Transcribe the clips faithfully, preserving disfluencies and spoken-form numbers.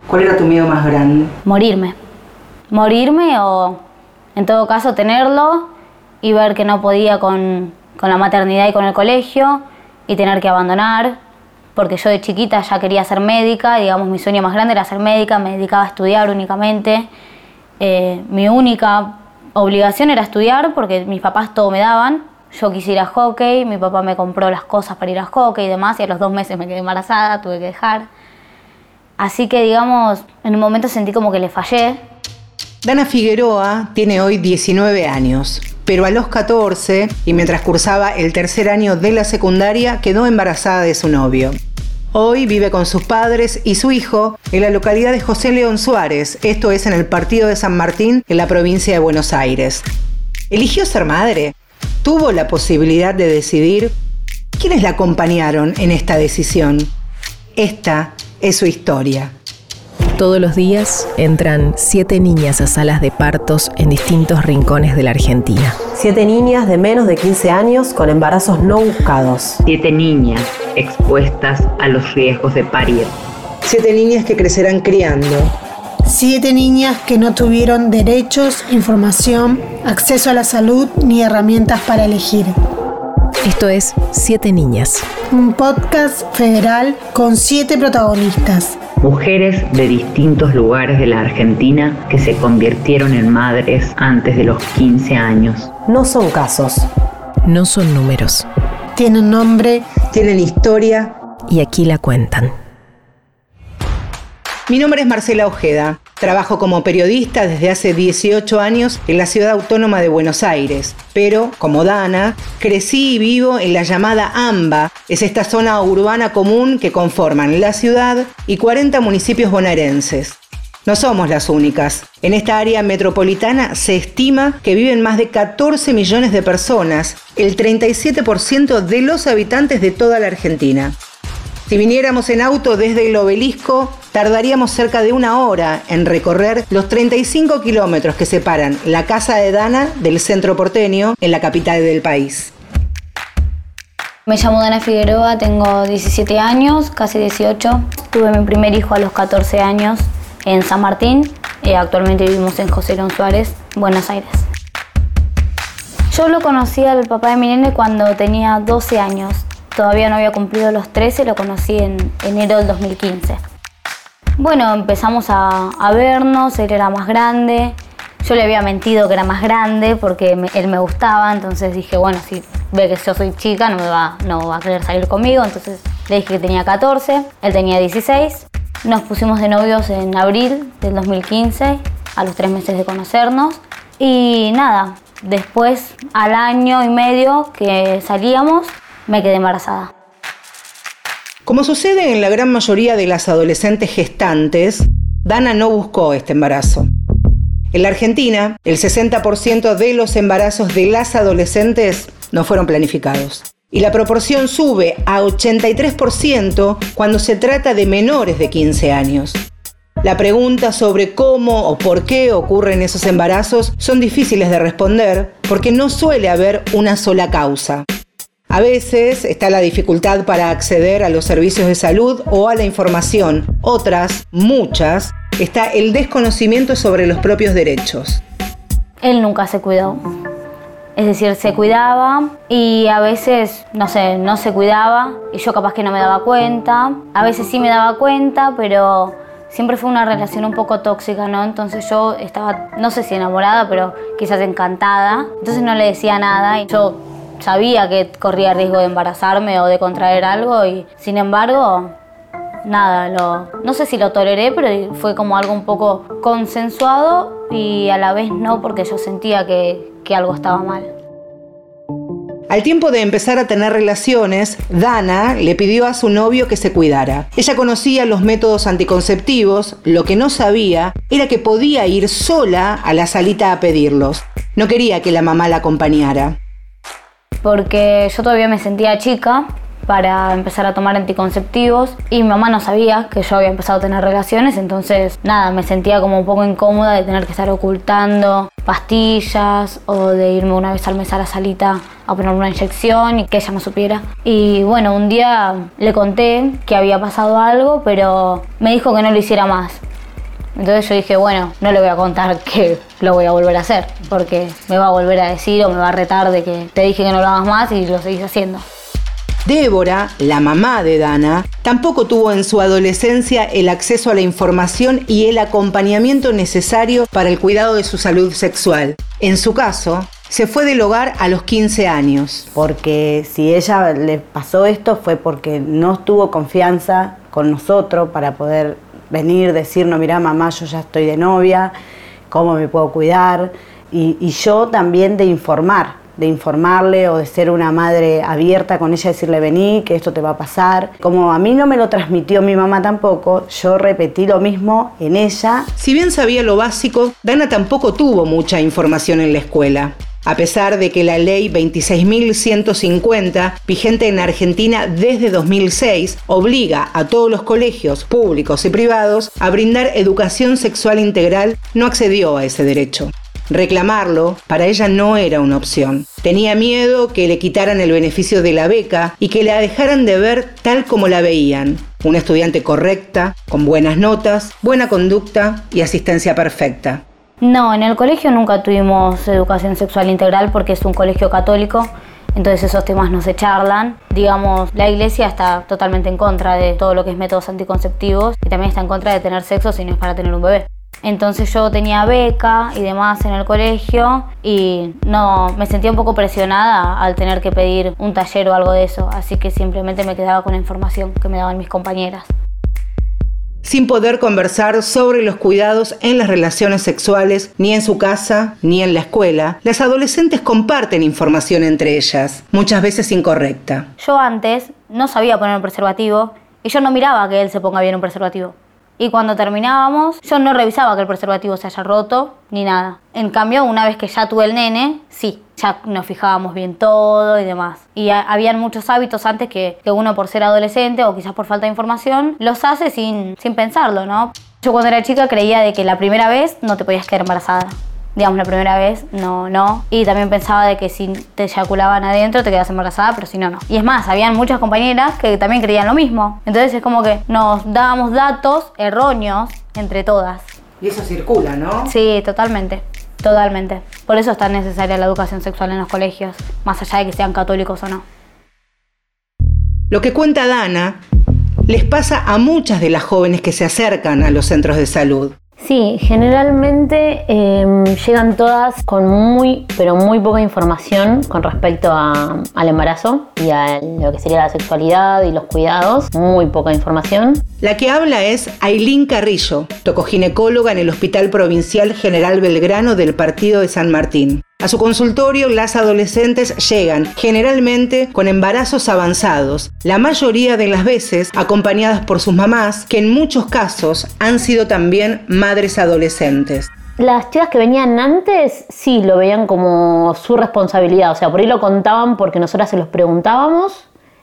¿Cuál era tu miedo más grande? Morirme. Morirme o, en todo caso, tenerlo y ver que no podía con, con la maternidad y con el colegio y tener que abandonar, porque yo de chiquita ya quería ser médica, digamos, mi sueño más grande era ser médica, me dedicaba a estudiar únicamente. Eh, mi única obligación era estudiar porque mis papás todo me daban. Yo quise ir a hockey, mi papá me compró las cosas para ir a hockey y demás, y a los dos meses me quedé embarazada, tuve que dejar. Así que, digamos, en un momento sentí como que le fallé. Dana Figueroa tiene hoy diecinueve años, pero a los catorce, y mientras cursaba el tercer año de la secundaria, quedó embarazada de su novio. Hoy vive con sus padres y su hijo en la localidad de José León Suárez, esto es en el partido de San Martín, en la provincia de Buenos Aires. ¿Eligió ser madre? ¿Tuvo la posibilidad de decidir? ¿Quiénes la acompañaron en esta decisión? Esta es su historia. Todos los días entran siete niñas a salas de partos en distintos rincones de la Argentina. Siete niñas de menos de quince años con embarazos no buscados. Siete niñas expuestas a los riesgos de parir. Siete niñas que crecerán criando. Siete niñas que no tuvieron derechos, información, acceso a la salud ni herramientas para elegir. Esto es Siete Niñas. Un podcast federal con siete protagonistas. Mujeres de distintos lugares de la Argentina que se convirtieron en madres antes de los quince años. No son casos. No son números. Tienen nombre. Tienen historia. Y aquí la cuentan. Mi nombre es Marcela Ojeda. Trabajo como periodista desde hace dieciocho años en la ciudad autónoma de Buenos Aires. Pero, como Dana, crecí y vivo en la llamada AMBA. Es esta zona urbana común que conforman la ciudad y cuarenta municipios bonaerenses. No somos las únicas. En esta área metropolitana se estima que viven más de catorce millones de personas, el treinta y siete por ciento de los habitantes de toda la Argentina. Si viniéramos en auto desde el Obelisco, tardaríamos cerca de una hora en recorrer los treinta y cinco kilómetros que separan la casa de Dana del centro porteño en la capital del país. Me llamo Dana Figueroa, tengo diecisiete años, casi dieciocho. Tuve mi primer hijo a los catorce años en San Martín. Eh, actualmente vivimos en José León Suárez, Buenos Aires. Yo lo conocí al papá de mi nene cuando tenía doce años. Todavía no había cumplido los trece, lo conocí en enero del dos mil quince. Bueno, empezamos a, a vernos, él era más grande. Yo le había mentido que era más grande porque me, él me gustaba, entonces dije, bueno, si ve que yo soy chica no me va, no va a querer salir conmigo, entonces le dije que tenía catorce, él tenía dieciséis. Nos pusimos de novios en abril del dos mil quince, a los tres meses de conocernos. Y nada, después, al año y medio que salíamos, me quedé embarazada. Como sucede en la gran mayoría de las adolescentes gestantes, Dana no buscó este embarazo. En la Argentina, el sesenta por ciento de los embarazos de las adolescentes no fueron planificados. Y la proporción sube a ochenta y tres por ciento cuando se trata de menores de quince años. La pregunta sobre cómo o por qué ocurren esos embarazos son difíciles de responder porque no suele haber una sola causa. A veces está la dificultad para acceder a los servicios de salud o a la información. Otras, muchas, está el desconocimiento sobre los propios derechos. Él nunca se cuidó. Es decir, se cuidaba y a veces, no sé, no se cuidaba y yo capaz que no me daba cuenta. A veces sí me daba cuenta, pero siempre fue una relación un poco tóxica, ¿no? Entonces yo estaba, no sé si enamorada, pero quizás encantada. Entonces no le decía nada y yo sabía que corría riesgo de embarazarme o de contraer algo y sin embargo, nada, lo, no sé si lo toleré, pero fue como algo un poco consensuado y a la vez no, porque yo sentía que, que algo estaba mal. Al tiempo de empezar a tener relaciones, Dana le pidió a su novio que se cuidara. Ella conocía los métodos anticonceptivos, lo que no sabía era que podía ir sola a la salita a pedirlos. No quería que la mamá la acompañara. Porque yo todavía me sentía chica para empezar a tomar anticonceptivos y mi mamá no sabía que yo había empezado a tener relaciones, entonces nada, me sentía como un poco incómoda de tener que estar ocultando pastillas o de irme una vez al mes a la salita a poner una inyección y que ella no supiera. Y bueno, un día le conté que había pasado algo, pero me dijo que no lo hiciera más. Entonces yo dije, bueno, no le voy a contar que lo voy a volver a hacer, porque me va a volver a decir o me va a retar de que te dije que no lo hagas más y lo seguís haciendo. Débora, la mamá de Dana, tampoco tuvo en su adolescencia el acceso a la información y el acompañamiento necesario para el cuidado de su salud sexual. En su caso, se fue del hogar a los quince años. Porque si ella le pasó esto fue porque no tuvo confianza con nosotros para poder venir, decirnos, mirá mamá, yo ya estoy de novia, ¿cómo me puedo cuidar? Y, y yo también de informar. de informarle o de ser una madre abierta con ella, decirle vení, que esto te va a pasar. Como a mí no me lo transmitió mi mamá tampoco, yo repetí lo mismo en ella. Si bien sabía lo básico, Dana tampoco tuvo mucha información en la escuela. A pesar de que la ley veintiséis mil ciento cincuenta, vigente en Argentina desde dos mil seis, obliga a todos los colegios públicos y privados a brindar educación sexual integral, no accedió a ese derecho. Reclamarlo para ella no era una opción. Tenía miedo que le quitaran el beneficio de la beca y que la dejaran de ver tal como la veían. Una estudiante correcta, con buenas notas, buena conducta y asistencia perfecta. No, en el colegio nunca tuvimos educación sexual integral porque es un colegio católico, entonces esos temas no se charlan. Digamos, la iglesia está totalmente en contra de todo lo que es métodos anticonceptivos y también está en contra de tener sexo si no es para tener un bebé. Entonces yo tenía beca y demás en el colegio y no me sentía un poco presionada al tener que pedir un taller o algo de eso, así que simplemente me quedaba con la información que me daban mis compañeras. Sin poder conversar sobre los cuidados en las relaciones sexuales, ni en su casa, ni en la escuela, las adolescentes comparten información entre ellas, muchas veces incorrecta. Yo antes no sabía poner un preservativo y yo no miraba que él se ponga bien un preservativo. Y cuando terminábamos, yo no revisaba que el preservativo se haya roto, ni nada. En cambio, una vez que ya tuve el nene, sí, ya nos fijábamos bien todo y demás. Y a, habían muchos hábitos antes que, que uno por ser adolescente o quizás por falta de información, los hace sin, sin pensarlo, ¿no? Yo cuando era chica creía de que la primera vez no te podías quedar embarazada. Digamos, la primera vez, no, no. Y también pensaba de que si te eyaculaban adentro te quedas embarazada, pero si no, no. Y es más, habían muchas compañeras que también creían lo mismo. Entonces es como que nos dábamos datos erróneos entre todas. Y eso circula, ¿no? Sí, totalmente, totalmente. Por eso es tan necesaria la educación sexual en los colegios, más allá de que sean católicos o no. Lo que cuenta Dana les pasa a muchas de las jóvenes que se acercan a los centros de salud. Sí, generalmente eh, llegan todas con muy, pero muy poca información con respecto a, al embarazo y a lo que sería la sexualidad y los cuidados. Muy poca información. La que habla es Ailín Carrillo, tocoginecóloga en el Hospital Provincial General Belgrano del Partido de San Martín. A su consultorio, las adolescentes llegan generalmente con embarazos avanzados, la mayoría de las veces acompañadas por sus mamás, que en muchos casos han sido también madres adolescentes. Las chicas que venían antes sí lo veían como su responsabilidad, o sea, por ahí lo contaban porque nosotras se los preguntábamos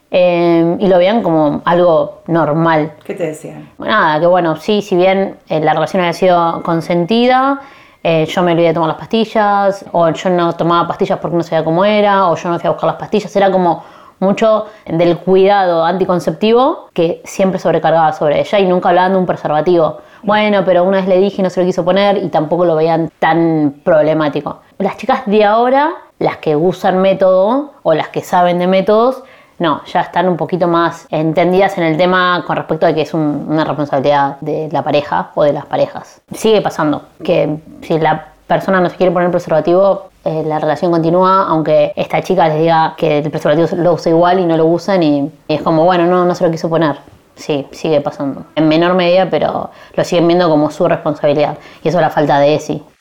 eh, y lo veían como algo normal. ¿Qué te decían? Nada, que bueno, sí, si bien eh, la relación había sido consentida, Eh, yo me olvidé de tomar las pastillas, o yo no tomaba pastillas porque no sabía cómo era, o yo no fui a buscar las pastillas. Era como mucho del cuidado anticonceptivo que siempre sobrecargaba sobre ella y nunca hablaban de un preservativo. Bueno, pero una vez le dije y no se lo quiso poner y tampoco lo veían tan problemático. Las chicas de ahora, las que usan método o las que saben de métodos, no, ya están un poquito más entendidas en el tema con respecto a que es un, una responsabilidad de la pareja o de las parejas. Sigue pasando que si la persona no se quiere poner preservativo, eh, la relación continúa, aunque esta chica les diga que el preservativo lo usa igual y no lo usan y, y es como, bueno, no, no se lo quiso poner. Sí, sigue pasando. En menor medida, pero lo siguen viendo como su responsabilidad. Y eso es la falta de E S I.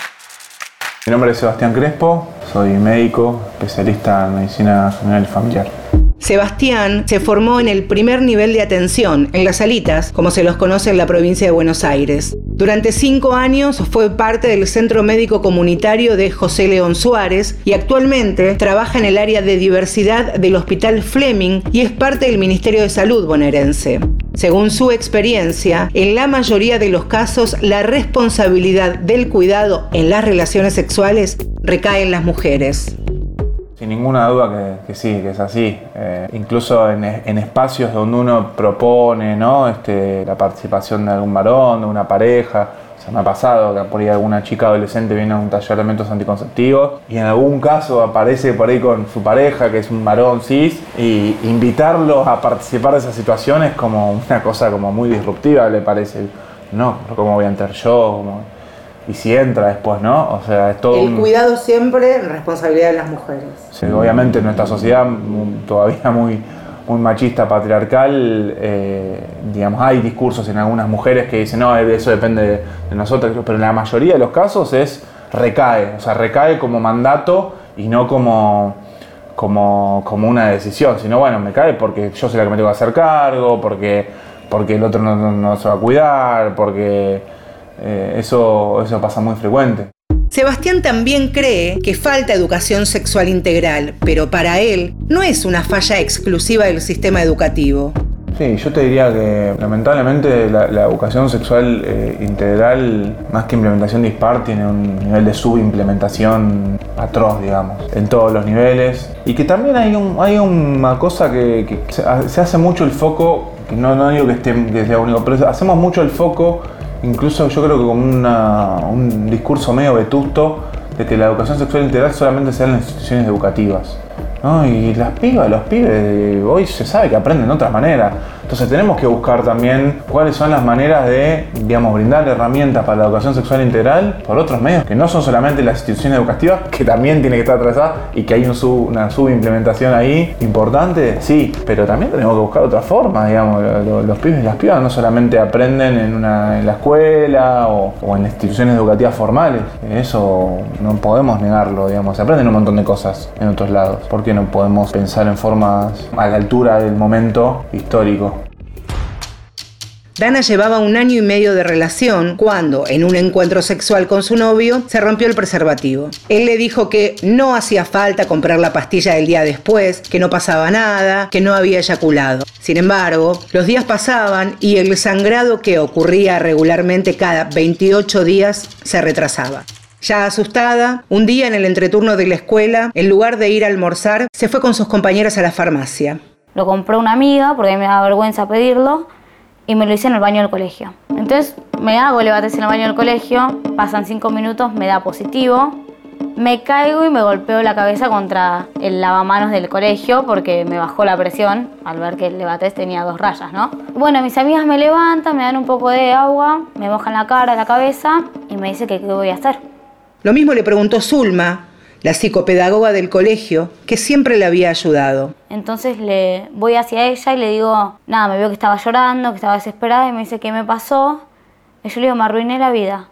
Mi nombre es Sebastián Crespo, soy médico, especialista en medicina general y familiar. Sebastián se formó en el primer nivel de atención, en las salitas, como se los conoce en la provincia de Buenos Aires. Durante cinco años fue parte del Centro Médico Comunitario de José León Suárez y actualmente trabaja en el área de diversidad del Hospital Fleming y es parte del Ministerio de Salud bonaerense. Según su experiencia, en la mayoría de los casos, la responsabilidad del cuidado en las relaciones sexuales recae en las mujeres. Sin ninguna duda que, que sí, que es así. Eh, incluso en, en espacios donde uno propone, ¿no? este, la participación de algún varón, de una pareja, O sea, me ha pasado que por ahí alguna chica adolescente viene a un taller de métodos anticonceptivos y en algún caso aparece por ahí con su pareja, que es un varón cis, y invitarlos a participar de esa situación es como una cosa como muy disruptiva, le parece. No, ¿cómo voy a entrar yo? ¿Cómo? Y si entra después, ¿no? O sea, es todo El un... cuidado siempre, responsabilidad de las mujeres. Sí, obviamente en nuestra sociedad todavía muy... muy machista, patriarcal, eh, digamos, hay discursos en algunas mujeres que dicen, no, eso depende de, de nosotros, pero en la mayoría de los casos es, recae, o sea, recae como mandato y no como, como, como una decisión, sino, bueno, me cae porque yo soy la que me tengo que hacer cargo, porque, porque el otro no, no, no se va a cuidar, porque eh, eso, eso pasa muy frecuente. Sebastián también cree que falta educación sexual integral, pero para él no es una falla exclusiva del sistema educativo. Sí, yo te diría que lamentablemente la, la educación sexual eh, integral, más que implementación dispar, tiene un nivel de subimplementación atroz, digamos, en todos los niveles. Y que también hay, un, hay una cosa que, que se, se hace mucho el foco, que no, no digo que, esté, que sea único, pero hacemos mucho el foco. Incluso yo creo que como una, un discurso medio vetusto de que la educación sexual integral solamente se da en las instituciones educativas, ¿no? Y las pibas, los pibes hoy se sabe que aprenden de otra manera. Entonces tenemos que buscar también cuáles son las maneras de, digamos, brindar herramientas para la educación sexual integral por otros medios que no son solamente las instituciones educativas, que también tiene que estar atrasadas y que hay un sub, una subimplementación ahí importante, sí, pero también tenemos que buscar otra forma, digamos. Los, los pibes y las pibas no solamente aprenden en, una, en la escuela o, o en instituciones educativas formales, eso no podemos negarlo, digamos. Se aprenden un montón de cosas en otros lados. ¿Por qué no podemos pensar en formas a la altura del momento histórico? Dana llevaba un año y medio de relación cuando, en un encuentro sexual con su novio, se rompió el preservativo. Él le dijo que no hacía falta comprar la pastilla del día después, que no pasaba nada, que no había eyaculado. Sin embargo, los días pasaban y el sangrado, que ocurría regularmente cada veintiocho días, se retrasaba. Ya asustada, un día en el entreturno de la escuela, en lugar de ir a almorzar, se fue con sus compañeras a la farmacia. Lo compró una amiga porque me da vergüenza pedirlo y me lo hice en el baño del colegio. Entonces me hago el levates en el baño del colegio, pasan cinco minutos, me da positivo, me caigo y me golpeo la cabeza contra el lavamanos del colegio porque me bajó la presión al ver que el levates tenía dos rayas, ¿no? Bueno, mis amigas me levantan, me dan un poco de agua, me mojan la cara, la cabeza y me dice que qué voy a hacer. Lo mismo le preguntó Zulma, la psicopedagoga del colegio, que siempre le había ayudado. Entonces le voy hacia ella y le digo, nada, me veo que estaba llorando, que estaba desesperada y me dice, ¿qué me pasó? Y yo le digo, me arruiné la vida.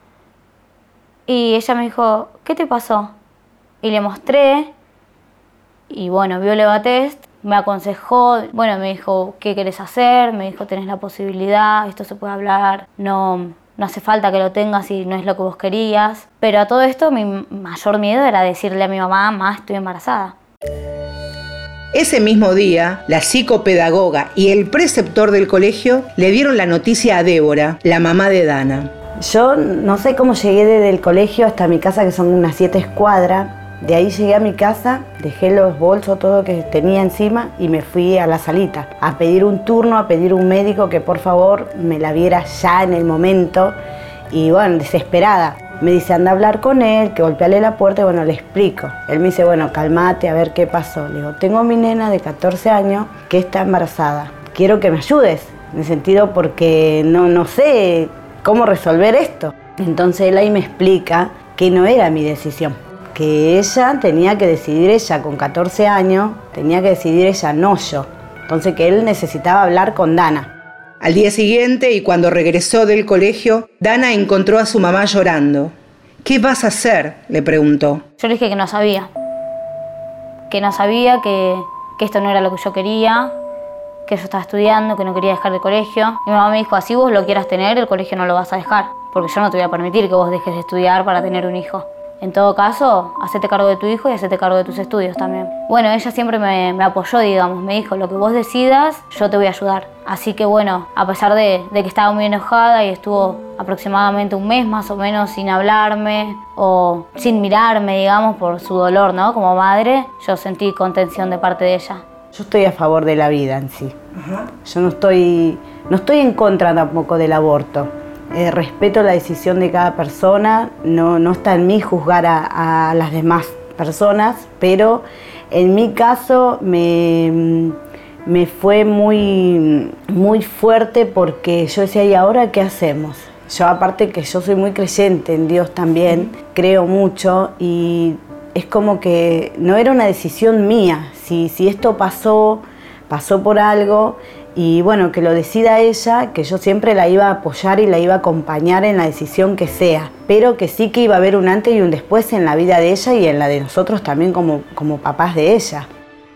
Y ella me dijo, ¿qué te pasó? Y le mostré y bueno, vio el EVATEST, me aconsejó, bueno, me dijo, ¿qué querés hacer? Me dijo, tenés la posibilidad, esto se puede hablar, no... No hace falta que lo tengas si no es lo que vos querías. Pero a todo esto mi mayor miedo era decirle a mi mamá, mamá, estoy embarazada. Ese mismo día, la psicopedagoga y el preceptor del colegio le dieron la noticia a Débora, la mamá de Dana. Yo no sé cómo llegué desde el colegio hasta mi casa, que son unas siete escuadras. De ahí llegué a mi casa, dejé los bolsos, todo que tenía encima y me fui a la salita a pedir un turno, a pedir un médico que por favor me la viera ya en el momento. Y bueno, desesperada. Me dice, anda a hablar con él, que golpeale la puerta y bueno, le explico. Él me dice, bueno, calmate, a ver qué pasó. Le digo, tengo a mi nena de catorce años que está embarazada. Quiero que me ayudes, en el sentido porque no, no sé cómo resolver esto. Entonces él ahí me explica que no era mi decisión, que ella tenía que decidir ella con catorce años, tenía que decidir ella, no yo. Entonces que él necesitaba hablar con Dana. Al día siguiente y cuando regresó del colegio, Dana encontró a su mamá llorando. ¿Qué vas a hacer?, le preguntó. Yo le dije que no sabía, que no sabía, que, que esto no era lo que yo quería, que yo estaba estudiando, que no quería dejar el colegio. Mi mamá me dijo, así vos lo quieras tener, el colegio no lo vas a dejar, porque yo no te voy a permitir que vos dejes de estudiar para tener un hijo. En todo caso, hacete cargo de tu hijo y hacete cargo de tus estudios también. Bueno, ella siempre me, me apoyó, digamos, me dijo, lo que vos decidas, yo te voy a ayudar. Así que bueno, a pesar de, de que estaba muy enojada y estuvo aproximadamente un mes más o menos sin hablarme o sin mirarme, digamos, por su dolor, ¿no? Como madre, yo sentí contención de parte de ella. Yo estoy a favor de la vida en sí. Uh-huh. Yo no estoy, no estoy en contra tampoco del aborto. Eh, respeto la decisión de cada persona, no, no está en mí juzgar a, a las demás personas, pero en mi caso me, me fue muy, muy fuerte porque yo decía, ¿y ahora qué hacemos? Yo aparte que yo soy muy creyente en Dios también, creo mucho y es como que no era una decisión mía, si, si esto pasó, pasó por algo y bueno, que lo decida ella, que yo siempre la iba a apoyar y la iba a acompañar en la decisión que sea, pero que sí que iba a haber un antes y un después en la vida de ella y en la de nosotros también como, como papás de ella.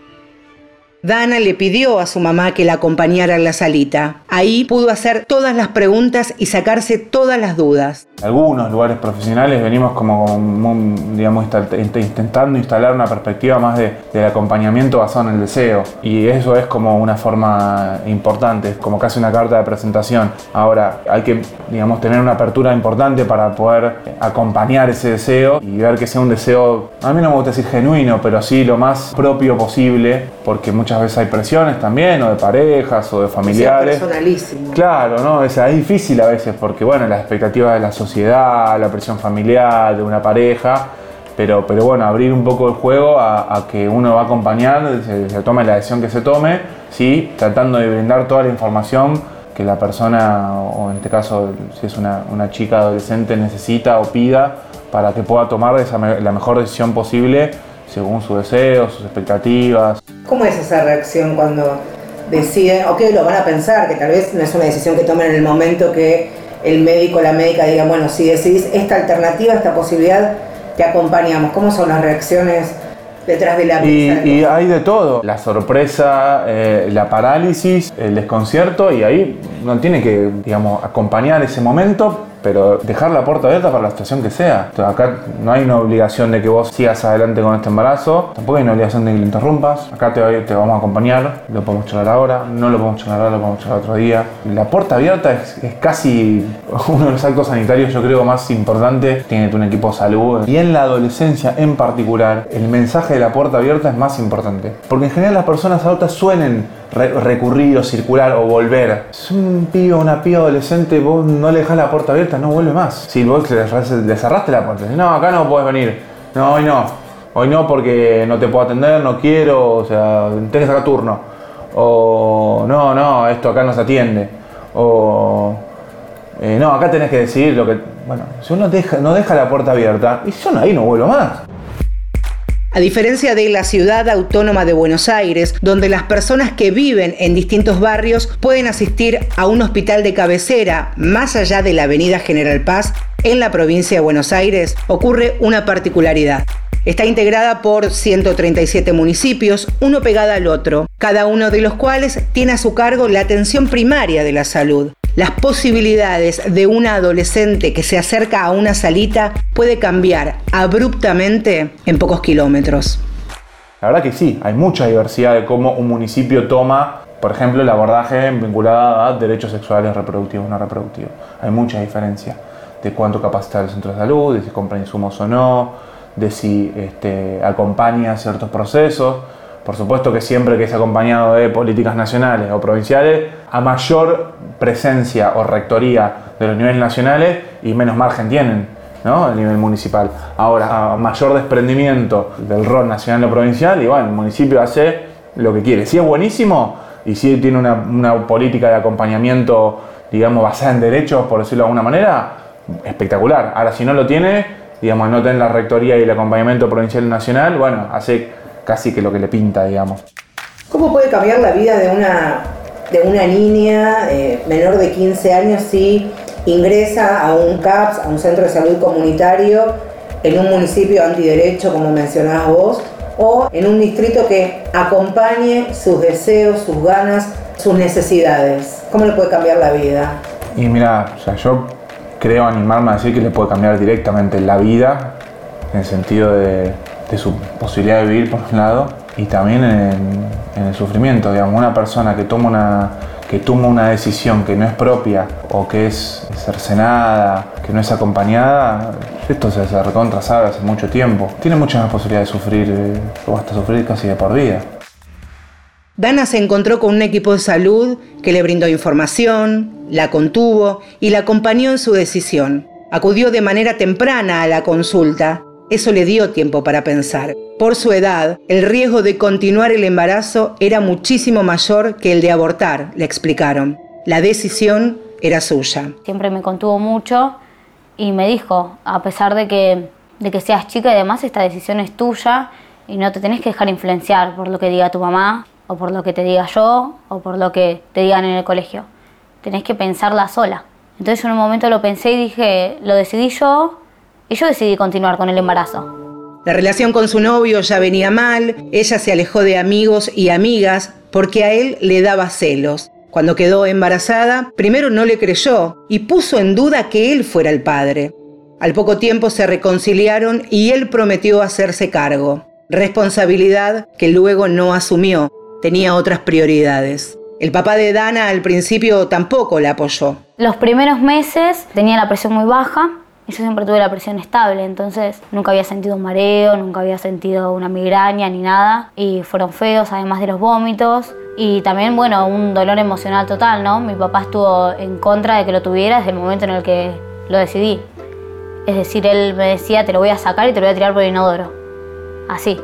Dana le pidió a su mamá que la acompañara en la salita. Ahí pudo hacer todas las preguntas y sacarse todas las dudas. En algunos lugares profesionales venimos como, como digamos, intentando instalar una perspectiva más de, del acompañamiento basado en el deseo. Y eso es como una forma importante, es como casi una carta de presentación. Ahora, hay que, digamos, tener una apertura importante para poder acompañar ese deseo y ver que sea un deseo, a mí no me gusta decir genuino, pero sí lo más propio posible, porque muchas veces hay presiones también, o de parejas, o de familiares. Es personalísimo. Claro, ¿no? Es, es difícil a veces, porque bueno, las expectativas de la sociedad, la presión familiar, de una pareja, pero, pero bueno, abrir un poco el juego a, a que uno va a acompañar, se, se tome la decisión que se tome, ¿sí? Tratando de brindar toda la información que la persona, o en este caso, si es una, una chica adolescente, necesita o pida para que pueda tomar esa, la mejor decisión posible según sus deseos, sus expectativas. ¿Cómo es esa reacción cuando deciden, o qué lo van a pensar, que tal vez no es una decisión que tomen en el momento que el médico o la médica diga, bueno, si decidís esta alternativa, esta posibilidad, te acompañamos? ¿Cómo son las reacciones detrás de la mesa? Y, y hay de todo, la sorpresa, eh, la parálisis, el desconcierto, y ahí uno tiene que, digamos, acompañar ese momento, pero dejar la puerta abierta para la situación que sea. Entonces, acá no hay una obligación de que vos sigas adelante con este embarazo, tampoco hay una obligación de que lo interrumpas. Acá te, te vamos a acompañar, lo podemos charlar ahora, no lo podemos charlar ahora, lo podemos charlar otro día. La puerta abierta es, es casi uno de los actos sanitarios, yo creo, más importantes. Tiene un equipo de salud. Y en la adolescencia en particular, el mensaje de la puerta abierta es más importante. Porque en general las personas adultas suelen Re recurrir o circular o volver. Es un pibe o una piba adolescente, vos no le dejás la puerta abierta, no vuelve más. Si vos le, le cerraste la puerta, no, acá no podés venir, no, hoy no, hoy no porque no te puedo atender, no quiero, o sea, tenés que sacar turno, o no, no, esto acá no se atiende, o eh, no, acá tenés que decidir lo que, bueno, si uno deja, no deja la puerta abierta, y yo no, ahí no vuelvo más. A diferencia de la ciudad autónoma de Buenos Aires, donde las personas que viven en distintos barrios pueden asistir a un hospital de cabecera más allá de la avenida General Paz, en la provincia de Buenos Aires ocurre una particularidad. Está integrada por ciento treinta y siete municipios, uno pegado al otro, cada uno de los cuales tiene a su cargo la atención primaria de la salud. Las posibilidades de una adolescente que se acerca a una salita puede cambiar abruptamente en pocos kilómetros. La verdad que sí, hay mucha diversidad de cómo un municipio toma, por ejemplo, el abordaje vinculado a derechos sexuales reproductivos, no reproductivos. Hay mucha diferencia de cuánto capacita el centro de salud, de si compra insumos o no, de si este, acompaña ciertos procesos. Por supuesto que siempre que es acompañado de políticas nacionales o provinciales, a mayor presencia o rectoría de los niveles nacionales y menos margen tienen, ¿no? A nivel municipal. Ahora, a mayor desprendimiento del rol nacional o provincial, y bueno, el municipio hace lo que quiere. Si es buenísimo y si tiene una, una política de acompañamiento, digamos, basada en derechos, por decirlo de alguna manera, espectacular. Ahora, si no lo tiene, digamos, no tiene la rectoría y el acompañamiento provincial y nacional, bueno, hace casi que lo que le pinta, digamos. ¿Cómo puede cambiar la vida de una, de una niña eh, menor de quince años si ingresa a un C A P S, a un centro de salud comunitario, en un municipio antiderecho, como mencionabas vos, o en un distrito que acompañe sus deseos, sus ganas, sus necesidades? ¿Cómo le puede cambiar la vida? Y mira, o sea, yo creo animarme a decir que le puede cambiar directamente la vida, en el sentido de de su posibilidad de vivir por un lado y también en, en el sufrimiento. Digamos, una persona que toma una, que toma una decisión que no es propia o que es cercenada, que no es acompañada, esto se, se recontra sabe hace mucho tiempo. Tiene muchas más posibilidades de sufrir, o hasta sufrir casi de por vida. Dana se encontró con un equipo de salud que le brindó información, la contuvo y la acompañó en su decisión. Acudió de manera temprana a la consulta. Eso le dio tiempo para pensar. Por su edad, el riesgo de continuar el embarazo era muchísimo mayor que el de abortar, le explicaron. La decisión era suya. Siempre me contuvo mucho y me dijo, a pesar de que, de que seas chica y demás, esta decisión es tuya y no te tenés que dejar influenciar por lo que diga tu mamá, o por lo que te diga yo, o por lo que te digan en el colegio. Tenés que pensarla sola. Entonces yo en un momento lo pensé y dije, lo decidí yo, y yo decidí continuar con el embarazo. La relación con su novio ya venía mal, ella se alejó de amigos y amigas porque a él le daba celos. Cuando quedó embarazada, primero no le creyó y puso en duda que él fuera el padre. Al poco tiempo se reconciliaron y él prometió hacerse cargo. Responsabilidad que luego no asumió, tenía otras prioridades. El papá de Dana al principio tampoco la apoyó. Los primeros meses tenía la presión muy baja y yo siempre tuve la presión estable, entonces nunca había sentido un mareo, nunca había sentido una migraña ni nada y fueron feos, además de los vómitos y también, bueno, un dolor emocional total, ¿no? Mi papá estuvo en contra de que lo tuviera desde el momento en el que lo decidí. Es decir, él me decía, te lo voy a sacar y te lo voy a tirar por el inodoro. Así.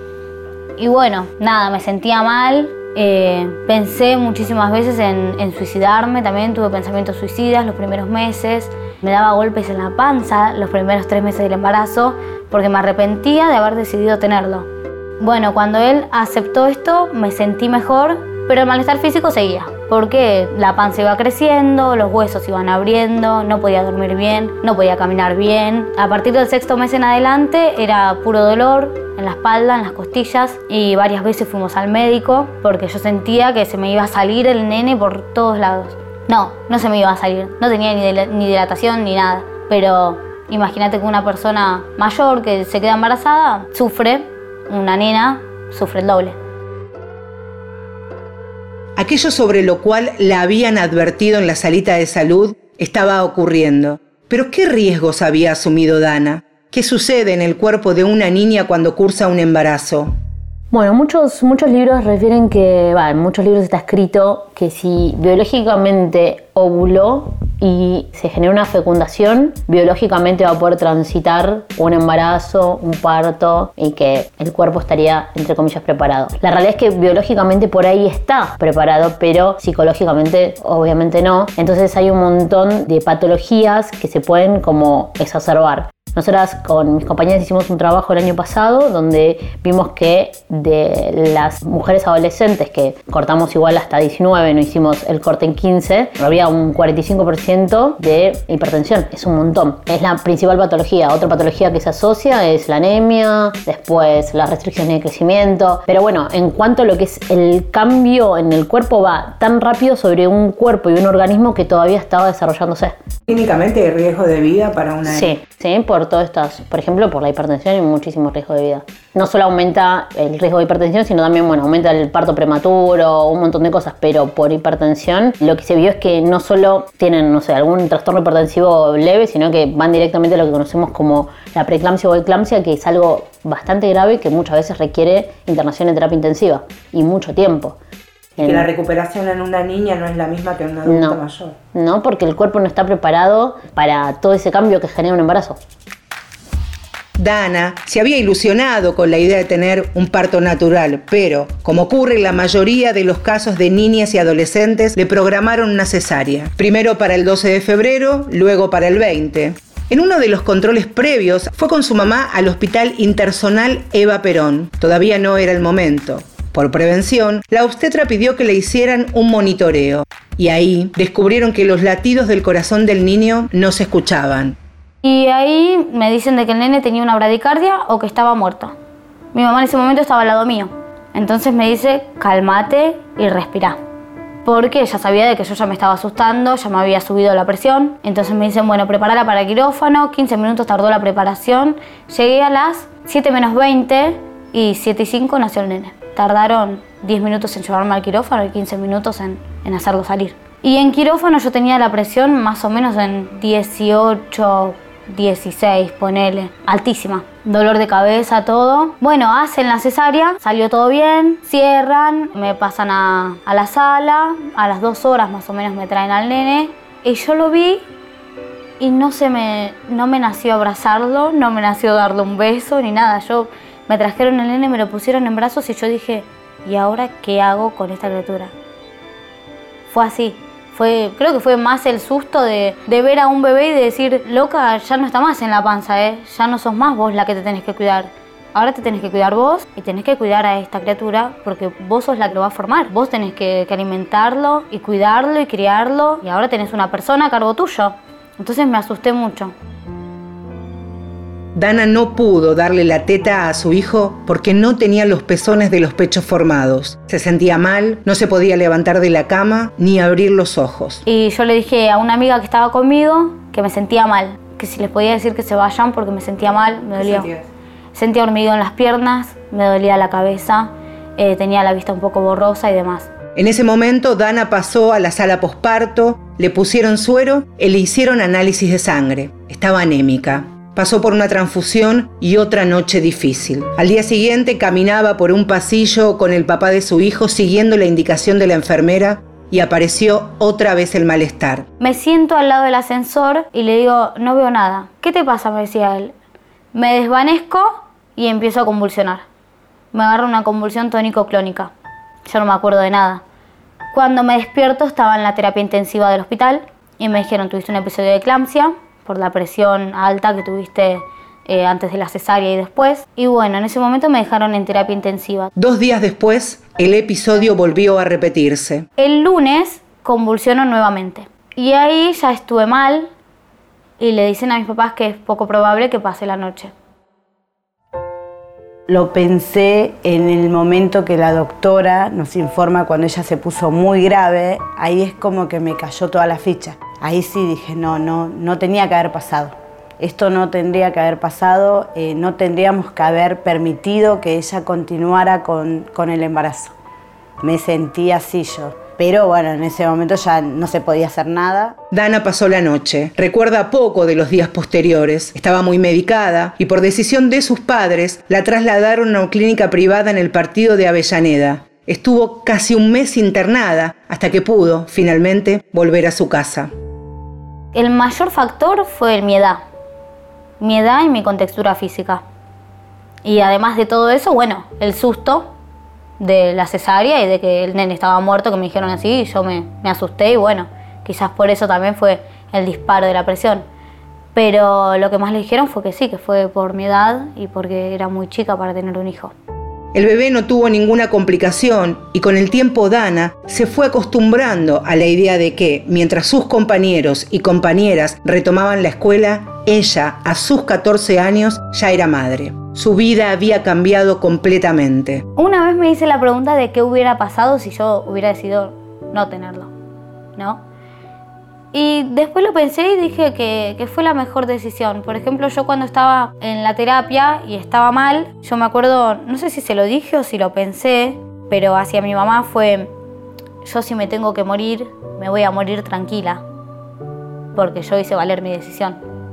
Y bueno, nada, me sentía mal. Eh, pensé muchísimas veces en, en suicidarme, también tuve pensamientos suicidas los primeros meses. Me daba golpes en la panza los primeros tres meses del embarazo porque me arrepentía de haber decidido tenerlo. Bueno, cuando él aceptó esto me sentí mejor, pero el malestar físico seguía porque la panza iba creciendo, los huesos iban abriendo, no podía dormir bien, no podía caminar bien. A partir del sexto mes en adelante era puro dolor en la espalda, en las costillas y varias veces fuimos al médico porque yo sentía que se me iba a salir el nene por todos lados. No, no se me iba a salir, no tenía ni, del- ni dilatación ni nada, pero imagínate que una persona mayor que se queda embarazada sufre, una nena sufre el doble. Aquello sobre lo cual la habían advertido en la salita de salud estaba ocurriendo. ¿Pero qué riesgos había asumido Dana? ¿Qué sucede en el cuerpo de una niña cuando cursa un embarazo? Bueno, muchos, muchos libros refieren que, va, en muchos libros está escrito que si biológicamente ovuló y se genera una fecundación, biológicamente va a poder transitar un embarazo, un parto y que el cuerpo estaría, entre comillas, preparado. La realidad es que biológicamente por ahí está preparado, pero psicológicamente obviamente no. Entonces hay un montón de patologías que se pueden como exacerbar. Nosotras con mis compañeras hicimos un trabajo el año pasado donde vimos que de las mujeres adolescentes que cortamos igual hasta diecinueve, no hicimos el corte en quince, había un cuarenta y cinco por ciento de hipertensión. Es un montón. Es la principal patología. Otra patología que se asocia es la anemia, después las restricciones de crecimiento. Pero bueno, en cuanto a lo que es el cambio en el cuerpo, va tan rápido sobre un cuerpo y un organismo que todavía estaba desarrollándose. ¿Clínicamente hay riesgo de vida para una niña? Sí, sí, por todas estas, por ejemplo, por la hipertensión hay muchísimo riesgo de vida. No solo aumenta el riesgo de hipertensión, sino también, bueno, aumenta el parto prematuro, un montón de cosas, pero por hipertensión lo que se vio es que no solo tienen, no sé, algún trastorno hipertensivo leve, sino que van directamente a lo que conocemos como la preeclampsia o eclampsia, que es algo bastante grave que muchas veces requiere internación en terapia intensiva y mucho tiempo. Que la recuperación en una niña no es la misma que en un adulto no, mayor. No, porque el cuerpo no está preparado para todo ese cambio que genera un embarazo. Dana se había ilusionado con la idea de tener un parto natural, pero, como ocurre en la mayoría de los casos de niñas y adolescentes, le programaron una cesárea. Primero para el doce de febrero, luego para el veinte. En uno de los controles previos fue con su mamá al Hospital Interzonal Eva Perón. Todavía no era el momento. Por prevención, la obstetra pidió que le hicieran un monitoreo. Y ahí descubrieron que los latidos del corazón del niño no se escuchaban. Y ahí me dicen de que el nene tenía una bradicardia o que estaba muerto. Mi mamá en ese momento estaba al lado mío. Entonces me dice, cálmate y respirá. Porque ella sabía de que yo ya me estaba asustando, ya me había subido la presión. Entonces me dicen, bueno, prepárala para el quirófano. quince minutos tardó la preparación. Llegué a las siete menos veinte y siete y cinco nació el nene. Tardaron diez minutos en llevarme al quirófano y quince minutos en, en hacerlo salir. Y en quirófano yo tenía la presión más o menos en dieciocho dieciséis, ponele, altísima, dolor de cabeza, todo. Bueno, hacen la cesárea, salió todo bien, cierran, me pasan a, a la sala, a las dos horas más o menos me traen al nene y yo lo vi y no se me, no me nació abrazarlo, no me nació darle un beso ni nada. Yo me trajeron el nene, me lo pusieron en brazos y yo dije, ¿y ahora qué hago con esta criatura? Fue así. Fue, creo que fue más el susto de, de ver a un bebé y de decir, loca, ya no está más en la panza, ¿eh? Ya no sos más vos la que te tenés que cuidar. Ahora te tenés que cuidar vos y tenés que cuidar a esta criatura porque vos sos la que lo va a formar. Vos tenés que, que alimentarlo y cuidarlo y criarlo y ahora tenés una persona a cargo tuyo. Entonces me asusté mucho. Dana no pudo darle la teta a su hijo porque no tenía los pezones de los pechos formados. Se sentía mal, no se podía levantar de la cama ni abrir los ojos. Y yo le dije a una amiga que estaba conmigo que me sentía mal, que si les podía decir que se vayan porque me sentía mal, me dolía. Sentía hormigueo en las piernas, me dolía la cabeza, eh, tenía la vista un poco borrosa y demás. En ese momento, Dana pasó a la sala posparto, le pusieron suero y le hicieron análisis de sangre. Estaba anémica. Pasó por una transfusión y otra noche difícil. Al día siguiente caminaba por un pasillo con el papá de su hijo siguiendo la indicación de la enfermera y apareció otra vez el malestar. Me siento al lado del ascensor y le digo, no veo nada. ¿Qué te pasa?, me decía él. Me desvanezco y empiezo a convulsionar. Me agarra una convulsión tónico-clónica. Yo no me acuerdo de nada. Cuando me despierto estaba en la terapia intensiva del hospital y me dijeron, tuviste un episodio de eclampsia por la presión alta que tuviste eh, antes de la cesárea y después. Y bueno, en ese momento me dejaron en terapia intensiva. Dos días después, el episodio volvió a repetirse. El lunes convulsionó nuevamente. Y ahí ya estuve mal y le dicen a mis papás que es poco probable que pase la noche. Lo pensé en el momento que la doctora nos informa cuando ella se puso muy grave. Ahí es como que me cayó toda la ficha. Ahí sí dije, no, no, no tenía que haber pasado. Esto no tendría que haber pasado, eh, no tendríamos que haber permitido que ella continuara con, con el embarazo. Me sentí así yo. Pero bueno, en ese momento ya no se podía hacer nada. Dana pasó la noche. Recuerda poco de los días posteriores. Estaba muy medicada y por decisión de sus padres la trasladaron a una clínica privada en el partido de Avellaneda. Estuvo casi un mes internada hasta que pudo, finalmente, volver a su casa. El mayor factor fue mi edad. Mi edad y mi contextura física. Y además de todo eso, bueno, el susto de la cesárea y de que el nene estaba muerto, que me dijeron así, y yo me, me asusté y bueno, quizás por eso también fue el disparo de la presión. Pero lo que más le dijeron fue que sí, que fue por mi edad y porque era muy chica para tener un hijo. El bebé no tuvo ninguna complicación y con el tiempo Dana se fue acostumbrando a la idea de que, mientras sus compañeros y compañeras retomaban la escuela, ella, a sus catorce años, ya era madre. Su vida había cambiado completamente. Una vez me hice la pregunta de qué hubiera pasado si yo hubiera decidido no tenerlo, ¿no? Y después lo pensé y dije que, que fue la mejor decisión. Por ejemplo, yo cuando estaba en la terapia y estaba mal, yo me acuerdo, no sé si se lo dije o si lo pensé, pero hacia mi mamá fue, yo si me tengo que morir, me voy a morir tranquila, porque yo hice valer mi decisión.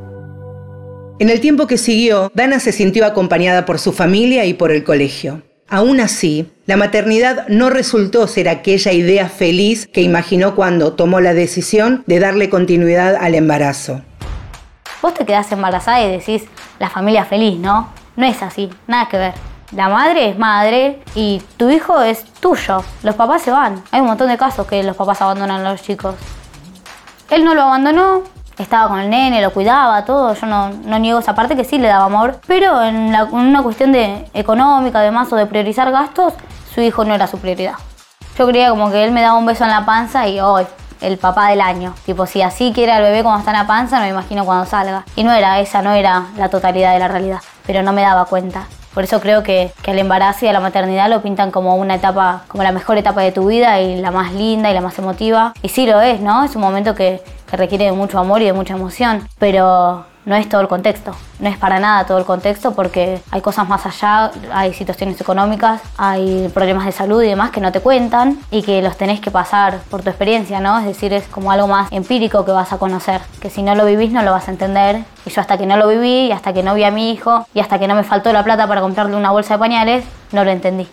En el tiempo que siguió, Dana se sintió acompañada por su familia y por el colegio. Aún así, la maternidad no resultó ser aquella idea feliz que imaginó cuando tomó la decisión de darle continuidad al embarazo. Vos te quedás embarazada y decís, la familia feliz, ¿no? No es así, nada que ver. La madre es madre y tu hijo es tuyo. Los papás se van. Hay un montón de casos que los papás abandonan a los chicos. Él no lo abandonó. Estaba con el nene, lo cuidaba, todo. Yo no, no niego esa parte, que sí le daba amor. Pero en, la, en una cuestión de económica, además, o de priorizar gastos, su hijo no era su prioridad. Yo creía como que él me daba un beso en la panza y hoy, oh, el papá del año. Tipo, si así quiere al bebé cuando está en la panza, no me imagino cuando salga. Y no era esa, no era la totalidad de la realidad. Pero no me daba cuenta. Por eso creo que, que al embarazo y a la maternidad lo pintan como una etapa, como la mejor etapa de tu vida y la más linda y la más emotiva. Y sí lo es, ¿no? Es un momento que, que requiere de mucho amor y de mucha emoción, pero no es todo el contexto, no es para nada todo el contexto porque hay cosas más allá, hay situaciones económicas, hay problemas de salud y demás que no te cuentan y que los tenés que pasar por tu experiencia, ¿no? Es decir, es como algo más empírico que vas a conocer, que si no lo vivís no lo vas a entender. Y yo hasta que no lo viví y hasta que no vi a mi hijo y hasta que no me faltó la plata para comprarle una bolsa de pañales, no lo entendí.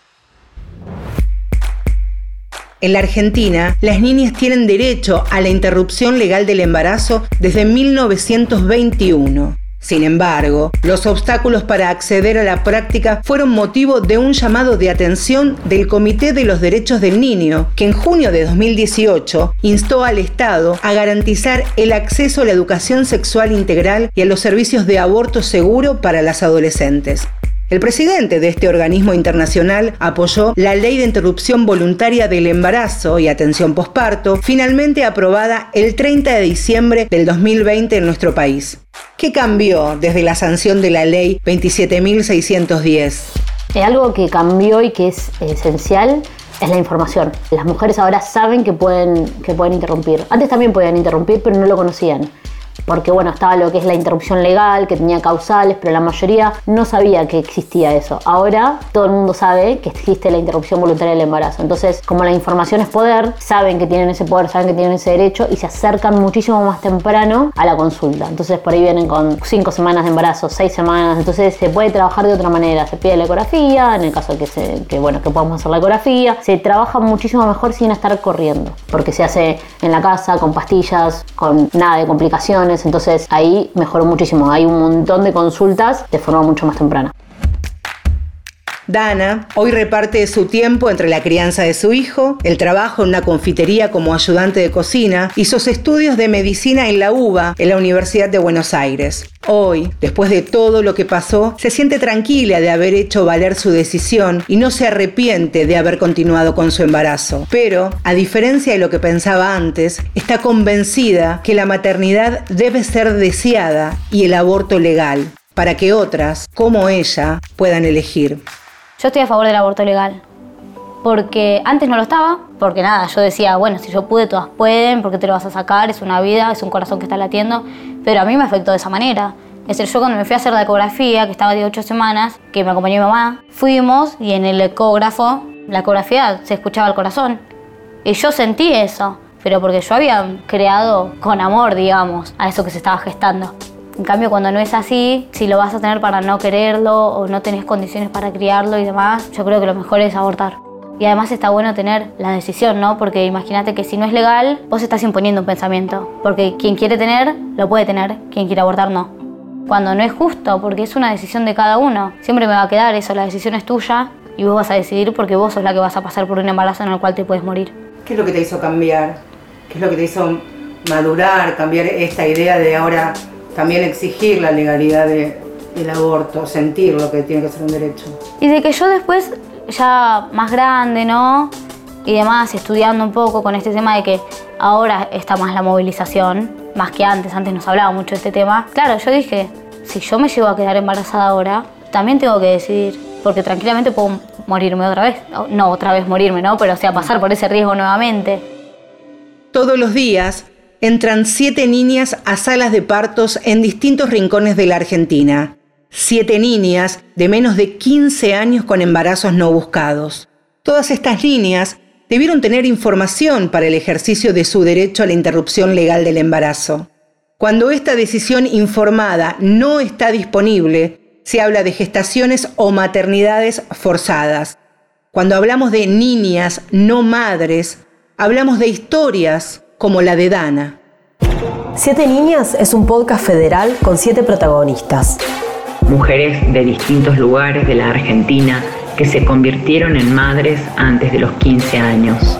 En la Argentina, las niñas tienen derecho a la interrupción legal del embarazo desde mil novecientos veintiuno. Sin embargo, los obstáculos para acceder a la práctica fueron motivo de un llamado de atención del Comité de los Derechos del Niño, que en junio de dos mil dieciocho instó al Estado a garantizar el acceso a la educación sexual integral y a los servicios de aborto seguro para las adolescentes. El presidente de este organismo internacional apoyó la Ley de Interrupción Voluntaria del Embarazo y Atención Posparto, finalmente aprobada el treinta de diciembre del dos mil veinte en nuestro país. ¿Qué cambió desde la sanción de la Ley veintisiete mil seiscientos diez? Eh, algo que cambió y que es esencial es la información. Las mujeres ahora saben que pueden, que pueden interrumpir. Antes también podían interrumpir, pero no lo conocían. Porque bueno, estaba lo que es la interrupción legal, que tenía causales, pero la mayoría no sabía que existía eso. Ahora todo el mundo sabe que existe la interrupción voluntaria del embarazo. Entonces, como la información es poder, saben que tienen ese poder, saben que tienen ese derecho y se acercan muchísimo más temprano a la consulta. Entonces, por ahí vienen con cinco semanas de embarazo, seis semanas. Entonces, se puede trabajar de otra manera. Se pide la ecografía, en el caso de que, se, que, bueno, que podamos hacer la ecografía. Se trabaja muchísimo mejor sin estar corriendo, porque se hace en la casa, con pastillas, con nada de complicaciones. Entonces ahí mejoró muchísimo, hay un montón de consultas de forma mucho más temprana. Dana hoy reparte su tiempo entre la crianza de su hijo, el trabajo en una confitería como ayudante de cocina y sus estudios de medicina en la UBA, en la Universidad de Buenos Aires. Hoy, después de todo lo que pasó, se siente tranquila de haber hecho valer su decisión y no se arrepiente de haber continuado con su embarazo. Pero, a diferencia de lo que pensaba antes, está convencida que la maternidad debe ser deseada y el aborto legal, para que otras, como ella, puedan elegir. Yo estoy a favor del aborto legal, porque antes no lo estaba, porque nada, yo decía, bueno, si yo pude, todas pueden, ¿por qué te lo vas a sacar? Es una vida, es un corazón que está latiendo, pero a mí me afectó de esa manera. Es decir, yo cuando me fui a hacer la ecografía, que estaba de ocho semanas, que me acompañó mi mamá, fuimos y en el ecógrafo, la ecografía se escuchaba el corazón. Y yo sentí eso, pero porque yo había creado con amor, digamos, a eso que se estaba gestando. En cambio, cuando no es así, si lo vas a tener para no quererlo o no tenés condiciones para criarlo y demás, yo creo que lo mejor es abortar. Y además está bueno tener la decisión, ¿no? Porque imagínate que si no es legal, vos estás imponiendo un pensamiento. Porque quien quiere tener, lo puede tener, quien quiere abortar, no. Cuando no es justo, porque es una decisión de cada uno. Siempre me va a quedar eso, la decisión es tuya y vos vas a decidir porque vos sos la que vas a pasar por un embarazo en el cual te puedes morir. ¿Qué es lo que te hizo cambiar? ¿Qué es lo que te hizo madurar, cambiar esta idea de ahora también exigir la legalidad de, del aborto, sentir lo que tiene que ser un derecho? Y de que yo después, ya más grande, ¿no? Y demás, estudiando un poco con este tema de que ahora está más la movilización, más que antes, antes nos hablaba mucho de este tema. Claro, yo dije, si yo me llego a quedar embarazada ahora, también tengo que decidir, porque tranquilamente puedo morirme otra vez. No, otra vez morirme, ¿no? Pero o sea, pasar por ese riesgo nuevamente. Todos los días entran siete niñas a salas de partos en distintos rincones de la Argentina. Siete niñas de menos de quince años con embarazos no buscados. Todas estas niñas debieron tener información para el ejercicio de su derecho a la interrupción legal del embarazo. Cuando esta decisión informada no está disponible, se habla de gestaciones o maternidades forzadas. Cuando hablamos de niñas no madres, hablamos de historias como la de Dana. Siete Niñas es un podcast federal con siete protagonistas. Mujeres de distintos lugares de la Argentina que se convirtieron en madres antes de los quince años.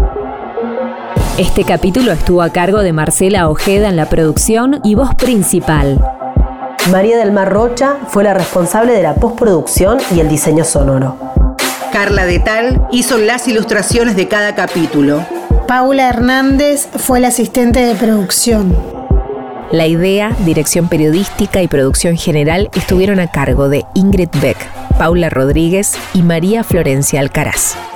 Este capítulo estuvo a cargo de Marcela Ojeda en la producción y voz principal. María del Mar Rocha fue la responsable de la postproducción y el diseño sonoro. Carla de Tal hizo las ilustraciones de cada capítulo. Paula Hernández fue la asistente de producción. La idea, dirección periodística y producción general estuvieron a cargo de Ingrid Beck, Paula Rodríguez y María Florencia Alcaraz.